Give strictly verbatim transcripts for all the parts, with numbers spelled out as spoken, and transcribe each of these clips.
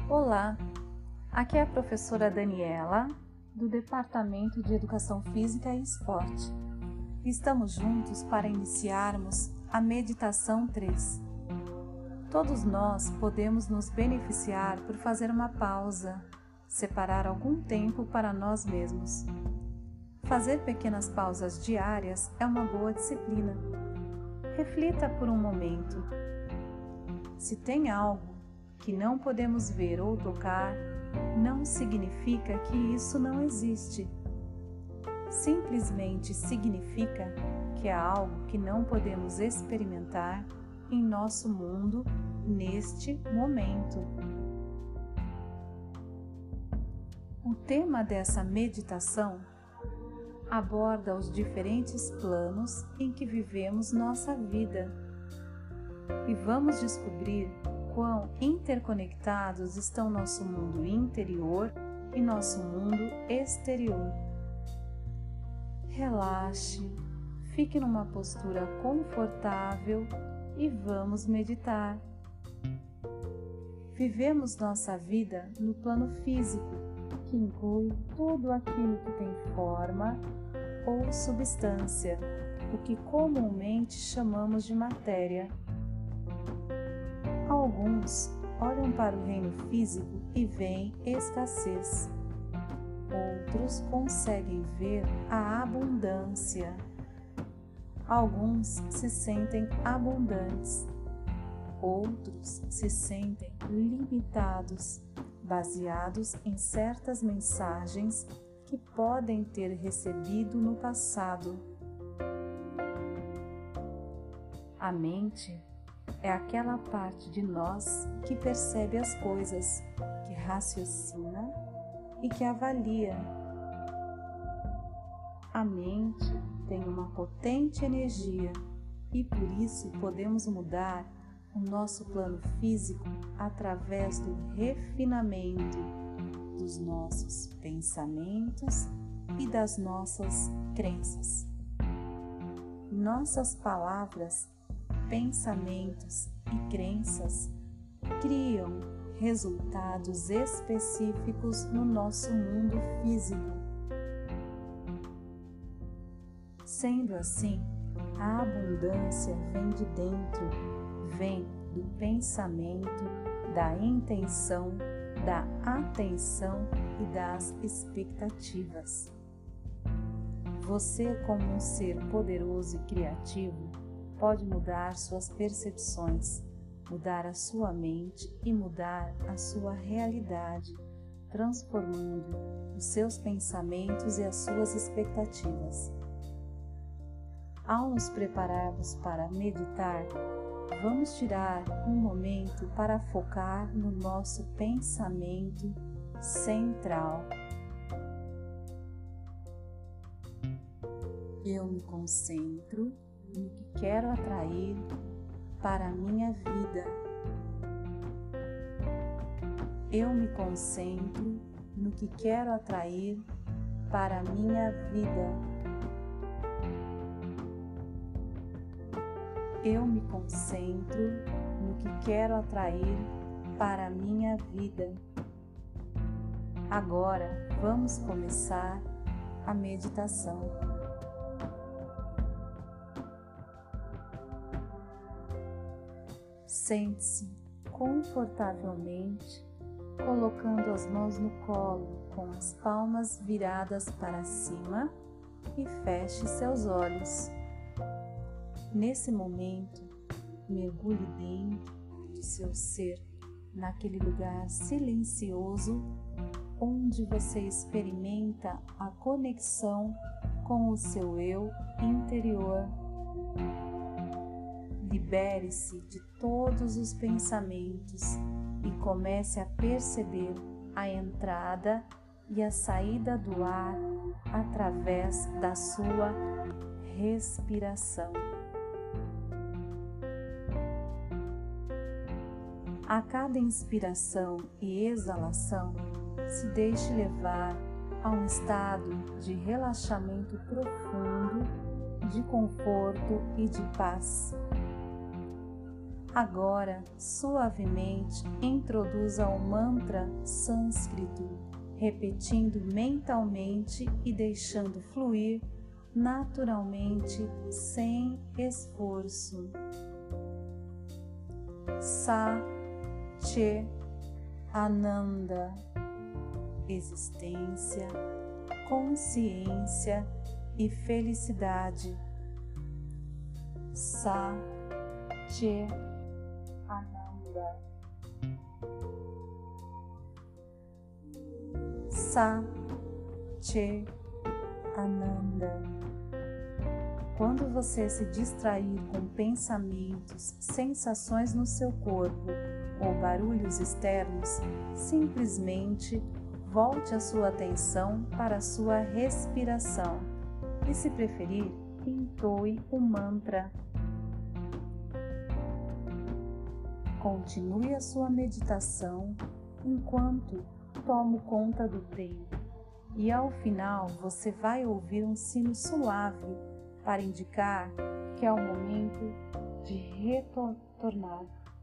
Olá, aqui é a professora Daniela, do Departamento de Educação Física e Esporte. Estamos juntos para iniciarmos a Meditação três. Todos nós podemos nos beneficiar por fazer uma pausa, separar algum tempo para nós mesmos. Fazer pequenas pausas diárias é uma boa disciplina. Reflita por um momento. Se tem algo que não podemos ver ou tocar, não significa que isso não existe. Simplesmente significa que é algo que não podemos experimentar em nosso mundo neste momento. O tema dessa meditação aborda os diferentes planos em que vivemos nossa vida e vamos descobrir quão interconectados estão nosso mundo interior e nosso mundo exterior. Relaxe, fique numa postura confortável e vamos meditar. Vivemos nossa vida no plano físico, que inclui tudo aquilo que tem forma ou substância, o que comumente chamamos de matéria. Alguns olham para o reino físico e veem escassez. Outros conseguem ver a abundância. Alguns se sentem abundantes. Outros se sentem limitados, baseados em certas mensagens que podem ter recebido no passado. A mente é aquela parte de nós que percebe as coisas, que raciocina e que avalia. A mente tem uma potente energia e por isso podemos mudar o nosso plano físico através do refinamento dos nossos pensamentos e das nossas crenças. Nossas palavras, pensamentos e crenças criam resultados específicos no nosso mundo físico. Sendo assim, a abundância vem de dentro, vem do pensamento, da intenção, da atenção e das expectativas. Você, como um ser poderoso e criativo, pode mudar suas percepções, mudar a sua mente e mudar a sua realidade, transformando os seus pensamentos e as suas expectativas. Ao nos prepararmos para meditar, vamos tirar um momento para focar no nosso pensamento central. Eu me concentro no que quero atrair para a minha vida. Eu me concentro no que quero atrair para a minha vida. Eu me concentro no que quero atrair para a minha vida. Agora vamos começar a meditação. Sente-se confortavelmente, colocando as mãos no colo com as palmas viradas para cima e feche seus olhos. Nesse momento, mergulhe dentro do seu ser, naquele lugar silencioso onde você experimenta a conexão com o seu eu interior. Libere-se de todos os pensamentos e comece a perceber a entrada e a saída do ar através da sua respiração. A cada inspiração e exalação, se deixe levar a um estado de relaxamento profundo, de conforto e de paz. Agora, suavemente, introduza o mantra sânscrito, repetindo mentalmente e deixando fluir naturalmente, sem esforço. Sa, Che, Ananda, existência, consciência e felicidade. Sa, Che, Ananda. Sa, Che, Ananda. Quando você se distrair com pensamentos, sensações no seu corpo ou barulhos externos, simplesmente volte a sua atenção para a sua respiração e, se preferir, entoe o mantra. Continue a sua meditação enquanto tomo conta do tempo e, ao final, você vai ouvir um sino suave para indicar que é o momento de retornar.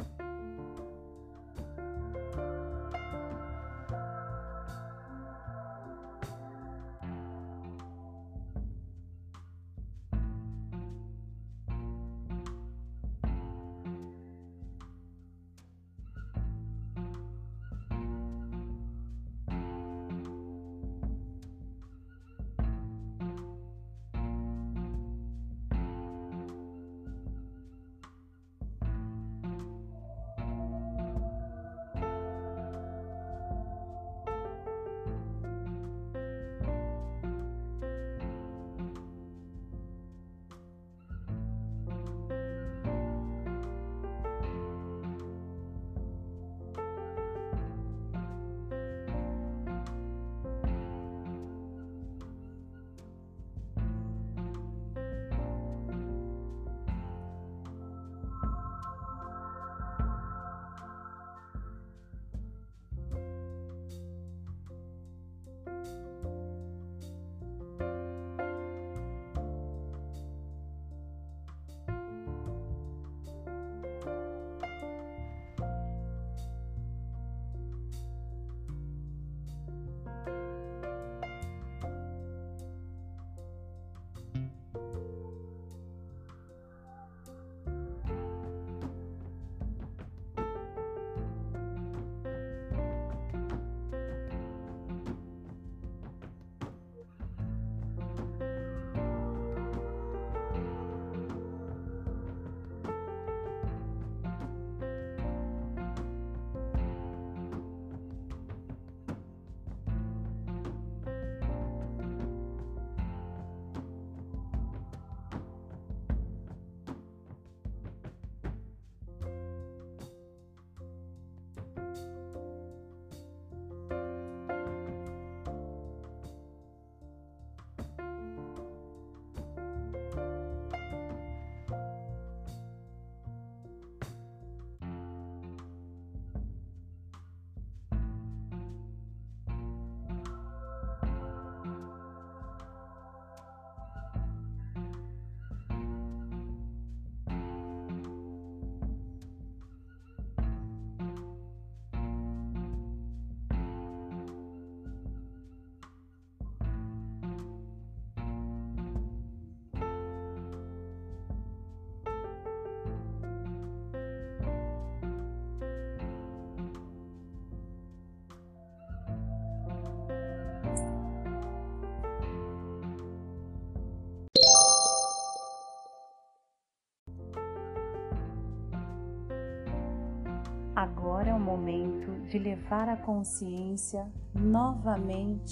Agora é o momento de levar a consciência novamente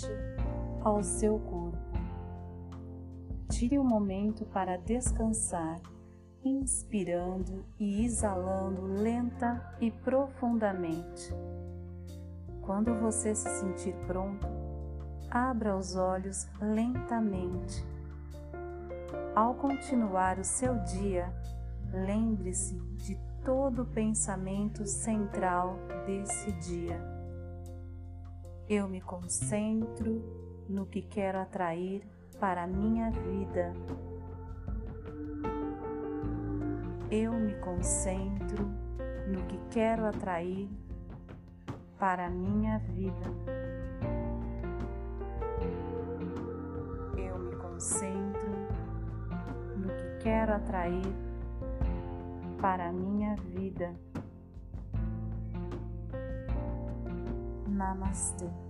ao seu corpo. Tire um momento para descansar, inspirando e exalando lenta e profundamente. Quando você se sentir pronto, abra os olhos lentamente. Ao continuar o seu dia, lembre-se de todo o pensamento central desse dia. Eu me concentro no que quero atrair para a minha vida. Eu me concentro no que quero atrair para a minha vida. Eu me concentro no que quero atrair para a minha vida. Namastê.